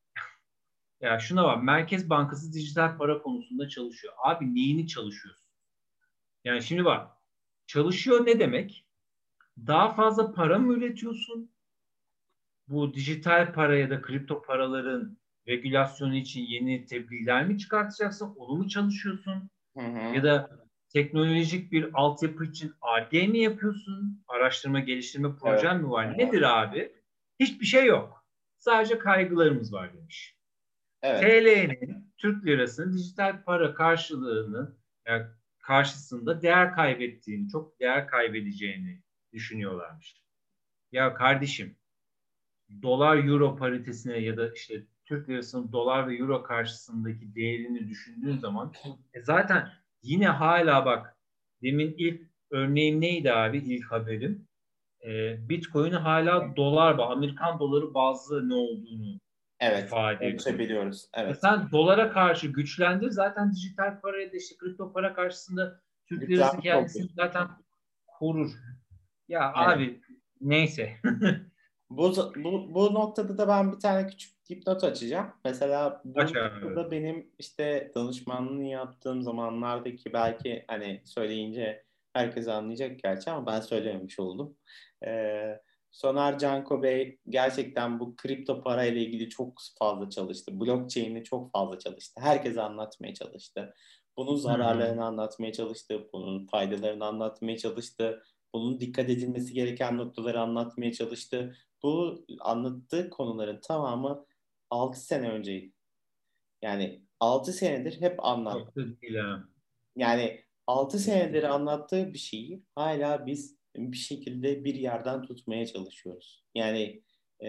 ya şuna bak, Merkez Bankası dijital para konusunda çalışıyor. Abi neyini çalışıyorsun? Yani şimdi bak, çalışıyor ne demek? Daha fazla para mı üretiyorsun? Bu dijital para ya da kripto paraların regülasyonu için yeni tebliğler mi çıkartacaksın? Onu mu çalışıyorsun? Hı Ya hı. da teknolojik bir altyapı için Ar-Ge mi yapıyorsun? Araştırma geliştirme Evet. projen mi Hı var? hı. Nedir abi? Hiçbir şey yok. Sadece kaygılarımız var demiş. Evet. T L'nin, Türk lirasının dijital para karşılığını yani karşısında değer kaybettiğini, çok değer kaybedeceğini düşünüyorlarmış. Ya kardeşim, dolar euro paritesine ya da işte Türk lirasının dolar ve euro karşısındaki değerini düşündüğün zaman e zaten yine hala bak, demin ilk örneğim neydi abi, ilk haberim? E, Bitcoin'i hala dolar, Amerikan doları bazlı ne olduğunu Evet. ifade ediyor. Ölçebiliyoruz. E Evet. sen dolara karşı güçlendir. Zaten dijital paraya da işte kripto para karşısında Türk lirası Güçlenmiş kendisini olduk. zaten korur. Ya Aynen. abi neyse. Bu, bu, bu noktada da ben bir tane küçük dipnot açacağım. Mesela bu Aç abi. noktada benim işte danışmanlığını yaptığım zamanlardaki belki hani söyleyince herkes anlayacak gerçi ama ben söylememiş oldum. Ee, Soner Canko Bey gerçekten bu kripto para ile ilgili çok fazla çalıştı. Blockchain'i çok fazla çalıştı. Herkese anlatmaya çalıştı. Bunun Hı hı. zararlarını anlatmaya çalıştı. Bunun faydalarını anlatmaya çalıştı. Bunun dikkat edilmesi gereken noktaları anlatmaya çalıştı. Bu anlattığı konuların tamamı altı sene önceydi. Yani altı senedir hep anlat. Çok da değil ha. Yani altı Çok da senedir değil. anlattığı bir şeyi hala biz bir şekilde bir yerden tutmaya çalışıyoruz. Yani e,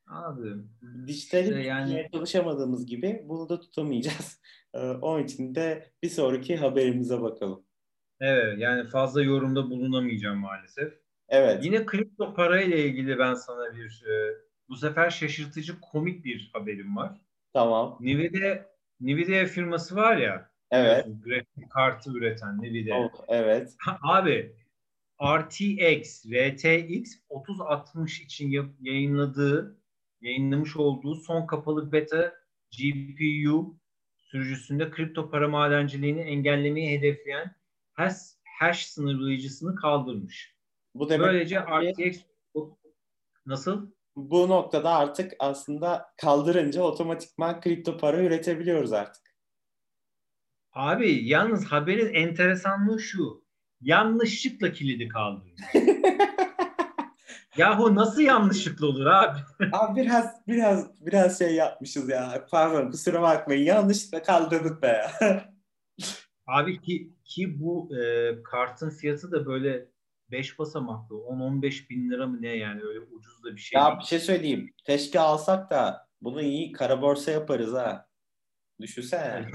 Abi işte Dijitali tutmaya yani çalışamadığımız gibi bunu da tutamayacağız. Ee, Onun için de bir sonraki haberimize bakalım. evet, yani fazla yorumda bulunamayacağım maalesef. Evet, Yine kripto para ile ilgili ben sana bir e, bu sefer şaşırtıcı komik bir haberim var. tamam. Nvidia Nvidia firması var ya, Evet, biliyorsun grafik kartı üreten Nvidia. oh, evet. Abi R T X, R T X otuz altmış için yap- yayınladığı, yayınlamış olduğu son kapalı beta G P U sürücüsünde kripto para madenciliğini engellemeyi hedefleyen hash, hash sınırlayıcısını kaldırmış. Bu demek Böylece ki R T X nasıl? bu noktada artık aslında kaldırınca otomatikman kripto para üretebiliyoruz artık. Abi yalnız haberin enteresanlığı şu. Yanlışlıkla kilidi kaldırmış. Yahu nasıl yanlışlıkla olur abi? Abi biraz biraz biraz şey yapmışız ya. Pardon kusura bakmayın. Yanlışlıkla kaldırdık be ya. Abi ki ki bu e, kartın fiyatı da böyle beş basamaklı on on beş bin lira mı ne, yani öyle ucuz da bir şey Ya bir değil. şey söyleyeyim. Keşke alsak da bunu iyi kara borsa yaparız ha. Düşünsene.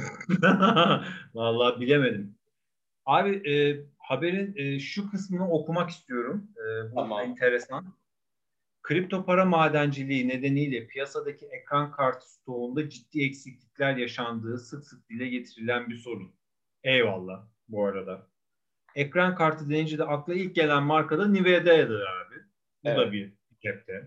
Vallahi bilemedim. Abi e, haberin e, şu kısmını okumak istiyorum. E, bu Tamam. enteresan. Kripto para madenciliği nedeniyle piyasadaki ekran kartı stoğunda ciddi eksiklikler yaşandığı sık sık dile getirilen bir sorun. Eyvallah bu arada. Ekran kartı denince de akla ilk gelen marka da Nvidia'dır abi. Bu da Evet. bir cepte.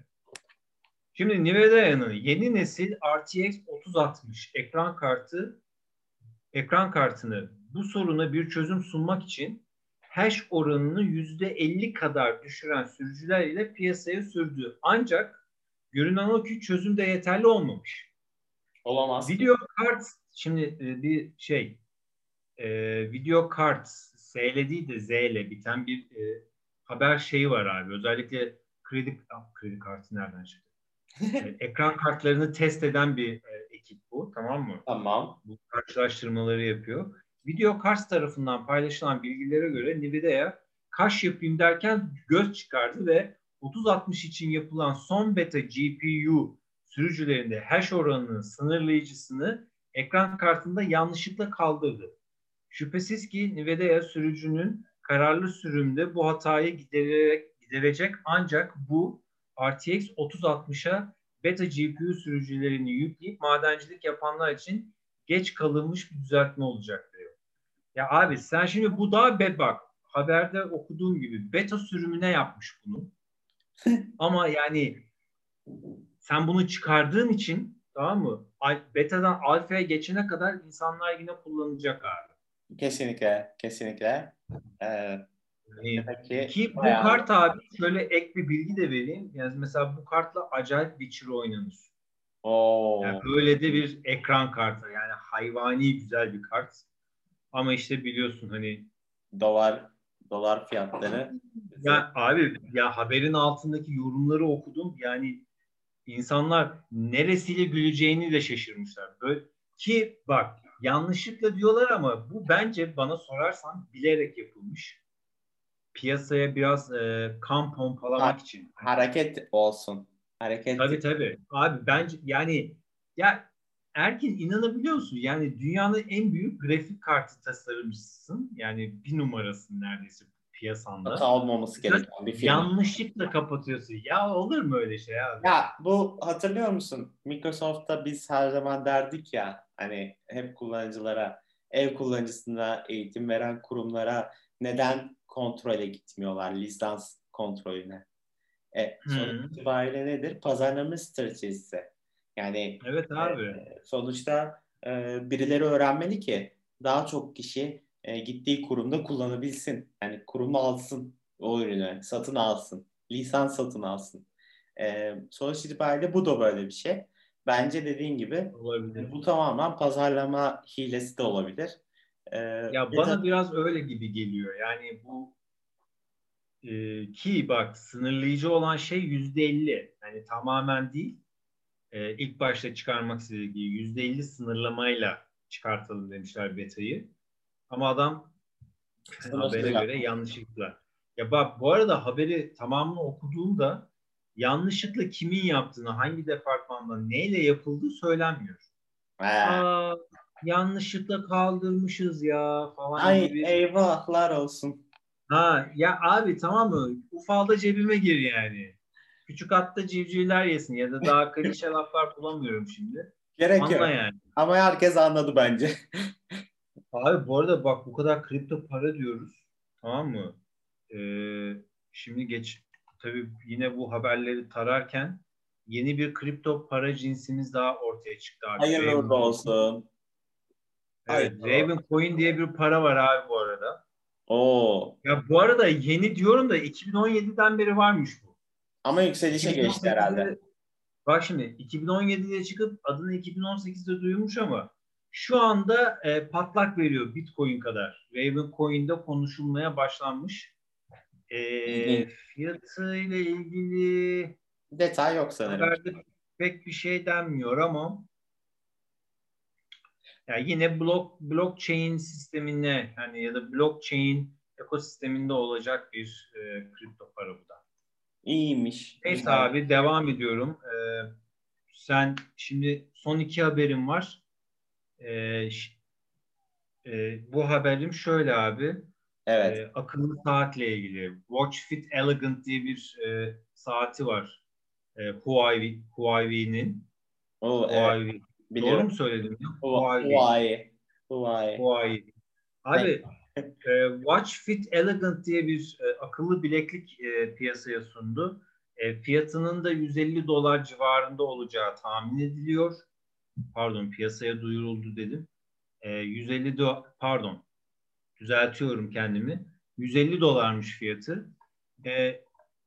Şimdi Nvidia'nın yeni nesil R T X otuz altmış ekran kartı ekran kartını bu soruna bir çözüm sunmak için hash oranını yüzde elli kadar düşüren sürücüler ile piyasaya sürdü. Ancak görünen o ki çözüm de yeterli olmamış. Olamaz ki. Video kart şimdi e, bir şey e, video kart S L değil de Z ile biten bir e, haber şeyi var abi. Özellikle kredi ah, kredi kartı nereden çıktı? E, ekran kartlarını test eden bir e, ekip bu, tamam mı? Tamam. Bu karşılaştırmaları yapıyor. Video Kars tarafından paylaşılan bilgilere göre Nvidia kaş yapayım derken göz çıkardı ve otuz altmış için yapılan son beta G P U sürücülerinde hash oranının sınırlayıcısını ekran kartında yanlışlıkla kaldırdı. Şüphesiz ki Nvidia sürücünün kararlı sürümde bu hatayı gidererek, giderecek, ancak bu R T X otuz altmışa beta G P U sürücülerini yükleyip madencilik yapanlar için geç kalınmış bir düzeltme olacak diyor. Ya abi sen şimdi bu daha be bak haberde okuduğum gibi beta sürümüne yapmış bunu. Ama yani sen bunu çıkardığın için, tamam mı? Beta'dan alfaya geçene kadar insanlar yine kullanacak abi. Kesinlikle. Kesinlikle. Ee, Yani Demek ki ki bu bayağı kart abi şöyle ek bir bilgi de vereyim. Yani mesela bu kartla acayip Witcher oynanır. Yani o böyle de bir ekran kartı. Yani hayvani güzel bir kart. Ama işte biliyorsun hani dolar dolar fiyatları bizi ya abi ya haberin altındaki yorumları okudum. Yani insanlar neresiyle güleceğini de şaşırmışlar. Böyle ki bak yanlışlıkla diyorlar ama bu bence bana sorarsan bilerek yapılmış. Piyasaya biraz e, kan pompalamak ha- için. hareket olsun. Hareket Tabii tabii. Abi bence yani ya Erkin inanabiliyor musun? Yani dünyanın en büyük grafik kartı tasarımcısısın. Yani bir numarasın neredeyse hata piyasanda. olmaması Sen gereken bir firma. yanlışlıkla kapatıyorsun. Ya olur mu öyle şey abi? Ya bu hatırlıyor musun? Microsoft'ta biz her zaman derdik ya hani hep kullanıcılara, ev kullanıcısına eğitim veren kurumlara neden kontrole gitmiyorlar, lisans kontrolüne? E, sonuç Hı. itibariyle nedir? Pazarlama stratejisi. Yani Evet e, abi. sonuçta e, birileri öğrenmeli ki daha çok kişi e, gittiği kurumda kullanabilsin. Yani kurum alsın o ürünü, satın alsın, lisans satın alsın. E, sonuç itibariyle bu da böyle bir şey. Bence dediğin gibi Olabilir. bu tamamen pazarlama hilesi de olabilir. E, Ya ya da bana biraz öyle gibi geliyor. Yani bu e, ki bak sınırlayıcı olan şey yüzde elli. Yani tamamen değil. E, ilk başta çıkarmak istediği yüzde elli sınırlamayla çıkartalım demişler beta'yı. Ama adam habere sınırsız göre yapmak. yanlışlıkla. Ya bak bu arada haberi tamamını okuduğumda yanlışlıkla kimin yaptığını, hangi departmanda neyle yapıldığı söylenmiyor. He. Aa, yanlışlıkla kaldırmışız ya falan gibi Ay bir. eyvahlar olsun. Ha ya abi, tamam mı? Ufalda cebime gir yani. Küçük atta civcivler yesin ya da daha klişe laflar bulamıyorum şimdi. Gerek Anla yok. yani. Ama herkes anladı bence. Abi bu arada bak, bu kadar kripto para diyoruz. Tamam mı? Ee, şimdi geç tabii yine bu haberleri tararken yeni bir kripto para cinsimiz daha ortaya çıktı abi. Hayırlı uğurlu Ravencoin. olsun. Evet, Hayırlı olsun. Ravencoin diye bir para var abi bu arada. Oo. Ya bu arada yeni diyorum da iki bin on yediden beri varmış bu. Ama yükselişe geçti herhalde. iki bin on sekizde bak şimdi iki bin on yedide çıkıp adını iki bin on sekizde duyurmuş ama şu anda e, patlak veriyor Bitcoin kadar. Ravencoin'de konuşulmaya başlanmış. E, İlginç. fiyatı ile ilgili Detay yok sanırım. haberde pek bir şey denmiyor ama yani yine blok blockchain sistemine, yani ya da blockchain ekosisteminde olacak bir e, kripto para bu da. İyiymiş. Neyse Güzel. abi, devam ediyorum. E, sen şimdi son iki haberim var. E, ş- e, bu haberim şöyle abi. Evet. E, akıllı saatle ilgili. Watch Fit Elegant diye bir e, saati var. E, Huawei, Huawei'nin. O evet. Huawei. Doğru Biliyorum. mu söyledim ya? Hu- Huawei. Huawei. Huawei. Huawei. Ne? Abi e, Watch Fit Elegant diye bir e, akıllı bileklik e, piyasaya sundu. E, fiyatının da yüz elli dolar civarında olacağı tahmin ediliyor. Pardon, piyasaya duyuruldu dedim. E, yüz elli do pardon, düzeltiyorum kendimi. yüz elli dolarmış fiyatı. E,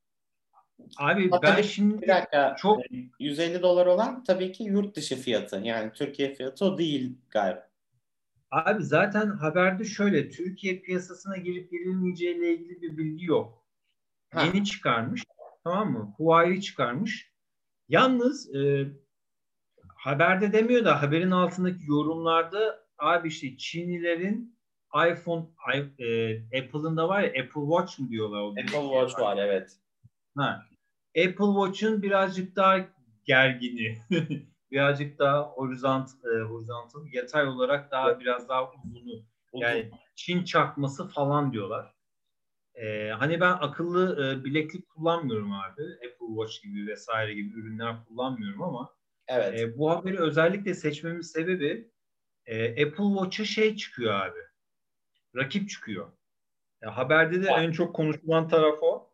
Ama abi ben tabii bir şimdi dakika. çok yüz elli dolar olan tabii ki yurt dışı fiyatı. Yani Türkiye fiyatı o değil galiba. abi zaten haberde şöyle, Türkiye piyasasına girip girilmeyeceğiyle ilgili bir bilgi yok. Ha. Yeni çıkarmış. Tamam mı? Huawei çıkarmış. Yalnız e, haberde demiyor da haberin altındaki yorumlarda abi işte Çinlilerin iPhone, i- e, Apple'ın da var ya, Apple Watch mu diyorlar o Apple bilekliğe Watch tak. var evet. Ha. Apple Watch'un birazcık daha gergini. birazcık daha horizont, e, horizontal, yatay olarak daha biraz daha uzunu. Uzun. Yani Çin çakması falan diyorlar. Ee, hani ben akıllı e, bileklik kullanmıyorum abi. Apple Watch gibi vesaire gibi ürünler kullanmıyorum ama Evet. e, bu haberi özellikle seçmemin sebebi e, Apple Watch'a şey çıkıyor abi. Rakip çıkıyor. Ya, haberde de en çok konuşulan taraf o.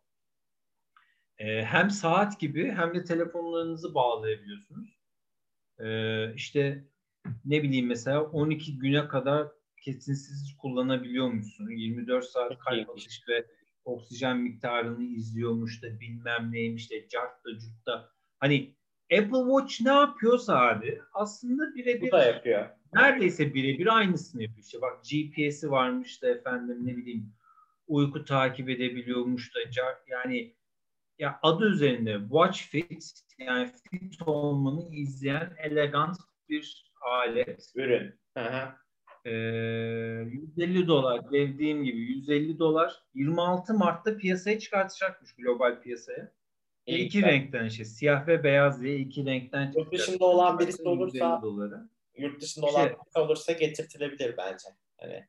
E, hem saat gibi hem de telefonlarınızı bağlayabiliyorsunuz. E, işte ne bileyim, mesela on iki güne kadar kesintisiz kullanabiliyormuşsun. yirmi dört saat Çok kalp iyiymiş. atış ve oksijen miktarını izliyormuş da bilmem neymiş de cart da curt da. Hani Apple Watch ne yapıyorsa abi aslında Bu da birebir, yapıyor. neredeyse birebir aynısını yapıyor. İşte bak, G P S'i varmış da efendim ne bileyim uyku takip edebiliyormuş da cart, yani ya adı üzerinde Watch Fit, yani fit olmanı izleyen elegant bir alet. Ürün. Hı hı. Ee, yüz elli dolar, dediğim gibi yüz elli dolar yirmi altı Mart'ta piyasaya çıkartacakmış, global piyasaya. Ve İyi iki güzel. renkten, işte siyah ve beyaz diye iki renkten Yurt çıkacakmış dışında olan Mart'ta birisi yüz elli olursa dolara. yurt dışında olan İşte birisi olursa getirtilebilir bence. Hani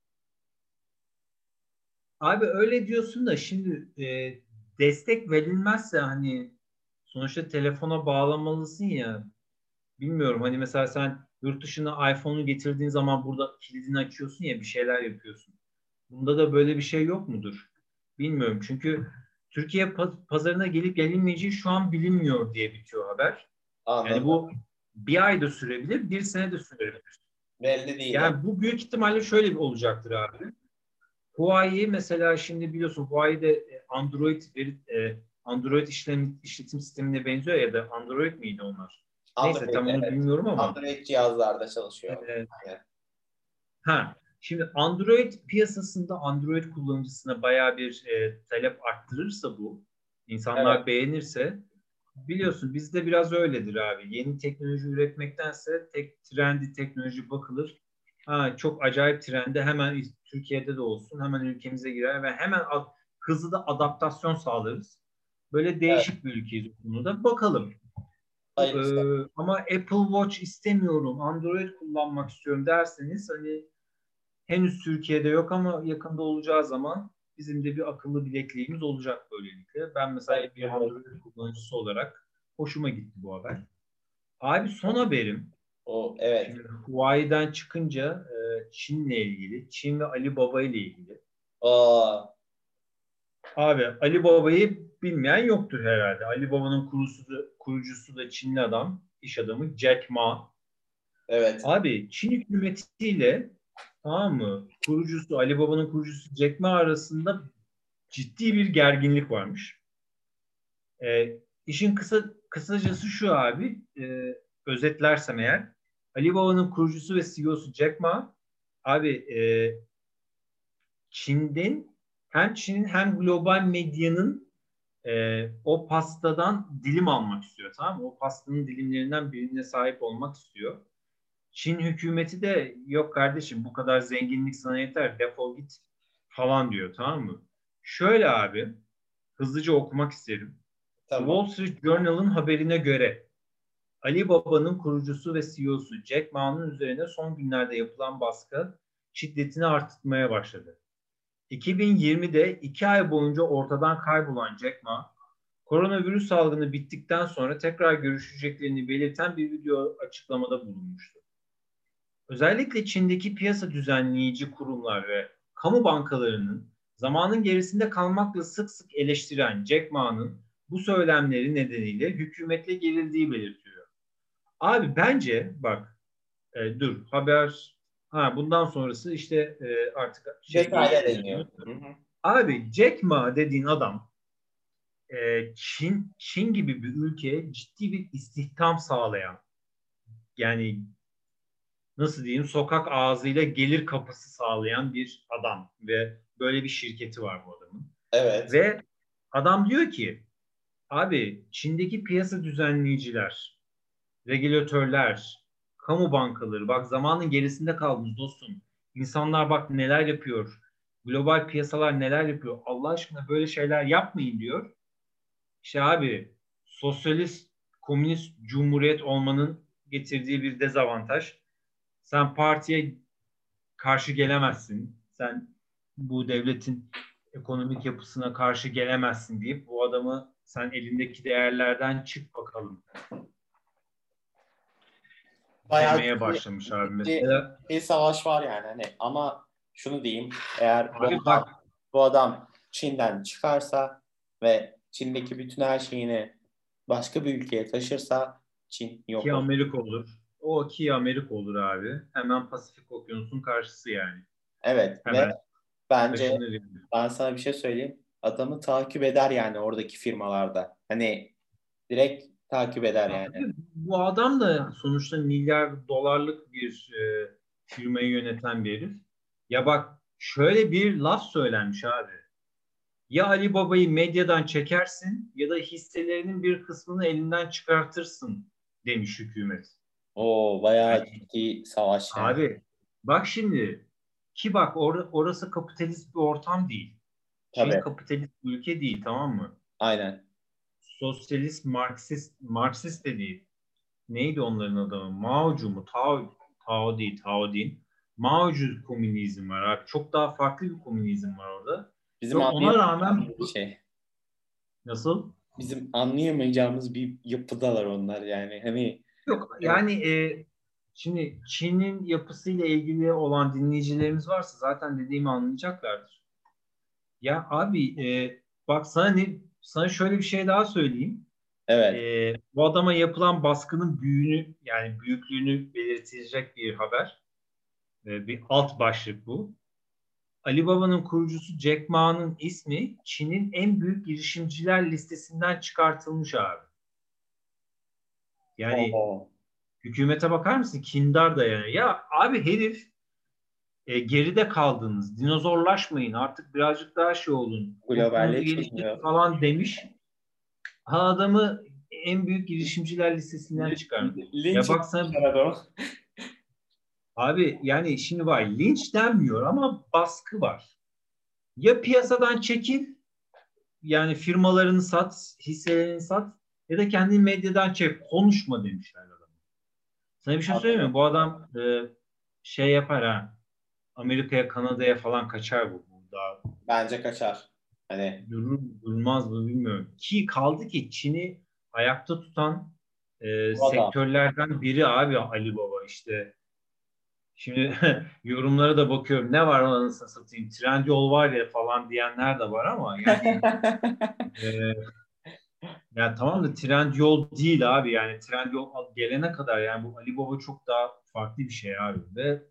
abi öyle diyorsun da şimdi e, destek verilmezse hani sonuçta telefona bağlamalısın ya. Bilmiyorum, hani mesela sen yurt dışına iPhone'u getirdiğin zaman burada kilidini açıyorsun ya, bir şeyler yapıyorsun. Bunda da böyle bir şey yok mudur? Bilmiyorum, çünkü Türkiye pa- pazarına gelip gelinmeyeceği şu an bilinmiyor diye bitiyor haber. Yani anladım. bu bir ay da sürebilir, bir sene de sürebilir. Belli değil yani. Yani bu büyük ihtimalle şöyle bir olacaktır abi. Huawei mesela, şimdi biliyorsun Huawei'de e, Android veri, e, Android işlem, işletim sistemine benziyor ya da Android miydi onlar? Neyse, Android tam onu evet. bilmiyorum ama Android cihazlarda çalışıyor. e, Aynen. ha, şimdi Android piyasasında Android kullanıcısına bayağı bir e, talep arttırırsa bu, Evet. insanlar beğenirse, biliyorsun bizde biraz öyledir abi. Yeni teknoloji üretmektense tek trendi teknoloji bakılır. Ha, çok acayip trende hemen Türkiye'de de olsun, hemen ülkemize girer ve hemen ad- hızlı da adaptasyon sağlarız. Böyle Evet. değişik bir ülkeyiz bu konuda. Bakalım. Ee, Hayırlısı. ama Apple Watch istemiyorum, Android kullanmak istiyorum derseniz hani henüz Türkiye'de yok ama yakında olacağı zaman bizim de bir akıllı bilekliğimiz olacak böylelikle. Ben mesela bir Hayırlı. Android kullanıcısı olarak hoşuma gitti bu haber. Abi son haberim. O evet. Şimdi Huawei'den çıkınca e, Çin'le ilgili, Çin ve Ali Baba ile ilgili. Aa, Abi Ali Baba'yı bilmeyen yoktur herhalde. Ali Baba'nın kurucusu da, kurucusu da Çinli adam, iş adamı Jack Ma. evet. Abi Çin hükümetiyle, tamam mı, kurucusu Ali Baba'nın kurucusu Jack Ma arasında ciddi bir gerginlik varmış. E, işin kısa kısacası şu abi, e, özetlersem eğer, Ali Baba'nın kurucusu ve C E O'su Jack Ma abi, e, Çin'den hem Çin'in hem global medyanın e, o pastadan dilim almak istiyor, tamam mı? O pastanın dilimlerinden birine sahip olmak istiyor. Çin hükümeti de yok kardeşim bu kadar zenginlik sana yeter defol git falan diyor, tamam mı? Şöyle abi, hızlıca okumak isterim. The Tamam. Wall Street Journal'ın haberine göre Ali Baba'nın kurucusu ve C E O'su Jack Ma'nın üzerine son günlerde yapılan baskı şiddetini arttırmaya başladı. iki bin yirmide iki ay boyunca ortadan kaybolan Jack Ma, koronavirüs salgını bittikten sonra tekrar görüşeceklerini belirten bir video açıklamada bulunmuştu. Özellikle Çin'deki piyasa düzenleyici kurumlar ve kamu bankalarının zamanın gerisinde kalmakla sık sık eleştiren Jack Ma'nın bu söylemleri nedeniyle hükümetle gerildiği belirtiyor. Abi bence bak, e, dur haber, ha bundan sonrası işte e, artık şey Detaylar geliştiriyorsunuz. iniyor. Hı hı. Abi Jack Ma dediğin adam e, Çin Çin gibi bir ülkeye ciddi bir istihdam sağlayan, yani nasıl diyeyim, sokak ağzıyla gelir kapısı sağlayan bir adam ve böyle bir şirketi var bu adamın. Evet. Ve adam diyor ki abi Çin'deki piyasa düzenleyiciler, regülatörler, kamu bankaları bak zamanın gerisinde kaldınız dostum. İnsanlar bak neler yapıyor. Global piyasalar neler yapıyor. Allah aşkına böyle şeyler yapmayın diyor. İşte abi sosyalist, komünist cumhuriyet olmanın getirdiği bir dezavantaj. Sen partiye karşı gelemezsin. Sen bu devletin ekonomik yapısına karşı gelemezsin deyip bu adamı sen elindeki değerlerden çık bakalım Bayağı demeye ciddi, başlamış abi ciddi mesela. bir savaş var yani hani ama şunu diyeyim eğer bu Abi adam, bak, bu adam Çin'den çıkarsa ve Çin'deki bütün her şeyini başka bir ülkeye taşırsa Çin yok ki olur. Amerika olur. O ki Amerika olur abi. Hemen Pasifik Okyanusu'nun karşısı yani. Evet ve Hemen bence taşınır yani. ben sana bir şey söyleyeyim. Adamı takip eder yani oradaki firmalarda. Hani direkt takip eder yani. Abi, bu adam da sonuçta milyar dolarlık bir e, firmayı yöneten bir herif. Ya bak şöyle bir laf söylenmiş abi. Ya Ali Baba'yı medyadan çekersin ya da hisselerinin bir kısmını elinden çıkartırsın demiş hükümet. O bayağı Yani ciddi savaş yani. abi bak şimdi, ki bak or orası kapitalist bir ortam değil. Çin Tabii. kapitalist bir ülke değil, tamam mı? Aynen. Sosyalist, Marksist, Marksist de değil. Neydi onların adamı? Mao'cu mu? Tao, Tao değil, Tao değil. Mao'cu komünizm var abi. Çok daha farklı bir komünizm var orada. Ve Bizim ona rağmen anlayamayacağımız bir şey. nasıl? Bizim anlayamayacağımız bir yapıdalar onlar yani. Hani Yok evet, yani e, şimdi Çin'in yapısıyla ilgili olan dinleyicilerimiz varsa zaten dediğimi anlayacaklardır. Ya abi e, bak sana ne, sana şöyle bir şey daha söyleyeyim. E, evet. bu adama yapılan baskının büyüğünü, yani büyüklüğünü belirtecek bir haber. E, bir alt başlık bu. Ali Baba'nın kurucusu Jack Ma'nın ismi Çin'in en büyük girişimciler listesinden çıkartılmış abi. Yani O hükümete bakar mısın? Kindar da yani. Ya abi herif e, geride kaldınız. Dinozorlaşmayın. Artık birazcık daha şey olun. Ufkunuzu geliştirin globalleşmiyor. falan demiş. Ha adamı en büyük girişimciler listesinden Li- çıkarmış. li- Linç Ya etmişler baksana adamı. abi, yani şimdi var, linç denmiyor ama baskı var. Ya piyasadan çekil yani firmalarını sat, hisselerini sat ya da kendini medyadan çek. Konuşma demişler adama. Sana bir şey söyleyeyim mi? Anladım. Bu adam e, şey yapar ha. Amerika'ya, Kanada'ya falan kaçar bu. Bu daha Bence kaçar. Hani durur, durmaz mı bilmiyorum. Ki kaldı ki Çin'i ayakta tutan e, bu adam. sektörlerden biri abi Ali Baba işte. Şimdi yorumlara da bakıyorum. Ne var anasını satayım? Trendyol var ya falan diyenler de var ama yani e, ya tamam da Trendyol değil abi. Yani Trendyol gelene kadar yani bu Ali Baba çok daha farklı bir şey abi. Ve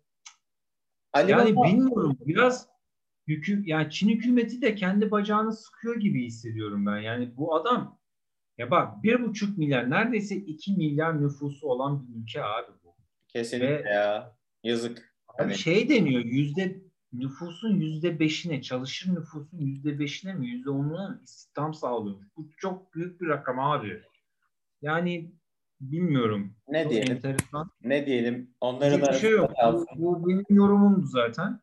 Ali yani Baba bilmiyorum biraz hüküm yani Çin hükümeti de kendi bacağını sıkıyor gibi hissediyorum ben. Yani bu adam ya bak bir buçuk milyar neredeyse iki milyar nüfusu olan bir ülke abi bu. kesinlikle Ve ya. Yazık. abi Hani şey deniyor yüzde nüfusun yüzde beşine çalışır nüfusun yüzde beşine mi yüzde onuna mı istihdam sağlıyormuş. Bu çok büyük bir rakam abi. Yani bilmiyorum. ne Çok diyelim? enteresan. Ne diyelim? Onların Diyecek bir şey arasında yok. Bu, kalsın. bu benim yorumumdu zaten.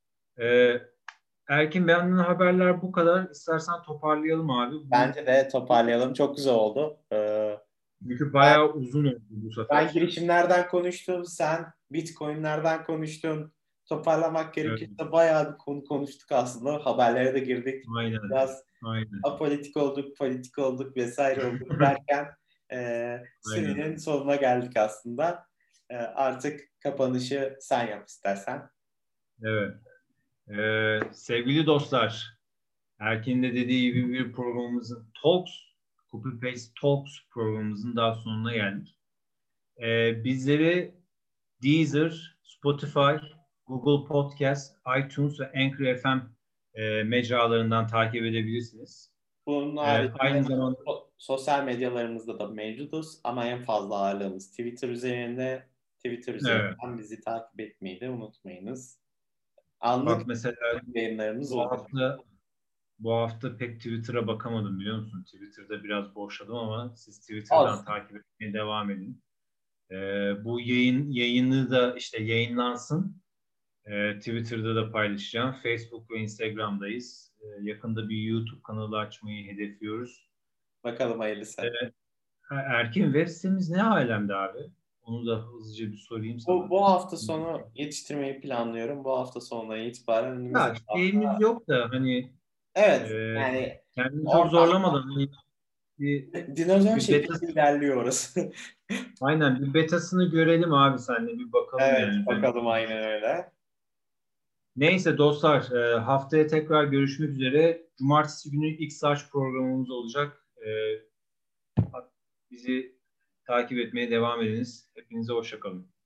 Ee, Erkin Beyan'ın haberler bu kadar. İstersen toparlayalım abi. Bu Bence de toparlayalım. Çok güzel oldu. Ee, çünkü ben, bayağı uzun oldu bu ben sefer. girişimlerden konuştum. Sen Bitcoin'lerden konuştun. Toparlamak Evet, gerekirse bayağı bir konu konuştuk aslında. Haberlere de girdik. aynen. Biraz Aynen. apolitik olduk, politik olduk vesaire olduk derken e, Aynen. serinin sonuna geldik aslında. E, artık kapanışı sen yap istersen. Evet. Ee, sevgili dostlar, Erkin'in de dediği gibi bir programımızın Talks, Copy Paste Talks programımızın daha sonuna geldik. Ee, bizleri Deezer, Spotify, Google Podcast, iTunes ve Anchor F M e, mecralarından takip edebilirsiniz. Bunun Ee, haricinde aynı zamanda so- sosyal medyalarımızda da mevcutuz ama en fazla ağırlığımız Twitter üzerinde. Twitter evet, üzerinden bizi takip etmeyi de unutmayınız. Anlık bak mesela yayınlarımız bu oluyor. hafta bu hafta pek Twitter'a bakamadım biliyor musun? Twitter'da biraz boşladım ama siz Twitter'dan Olsun. takip etmeye devam edin. Ee, bu yayın yayını da işte yayınlansın. Ee, Twitter'da da paylaşacağım. Facebook ve Instagram'dayız. Ee, yakında bir YouTube kanalı açmayı hedefliyoruz. Bakalım hayırlısı. Ee, Erkin web sitemiz ne alemde abi? Onu da hızlıca bir sorayım Bu, sana. bu hafta sonu yetiştirmeyi planlıyorum. Bu hafta sonundan itibaren Ya önümüzdeki hafta. şeyimiz yok da hani Evet, e, yani kendini çok ortam zorlamadan hani bir, dinozor bir beta şekilde ilerliyor orası. aynen bir betasını görelim abi seninle bir bakalım Evet, yani üzerine. bakalım aynen öyle. Neyse dostlar e, haftaya tekrar görüşmek üzere. Cumartesi günü ilk saç programımız olacak. E, bizi takip etmeye devam ediniz. Hepinize hoşça kalın.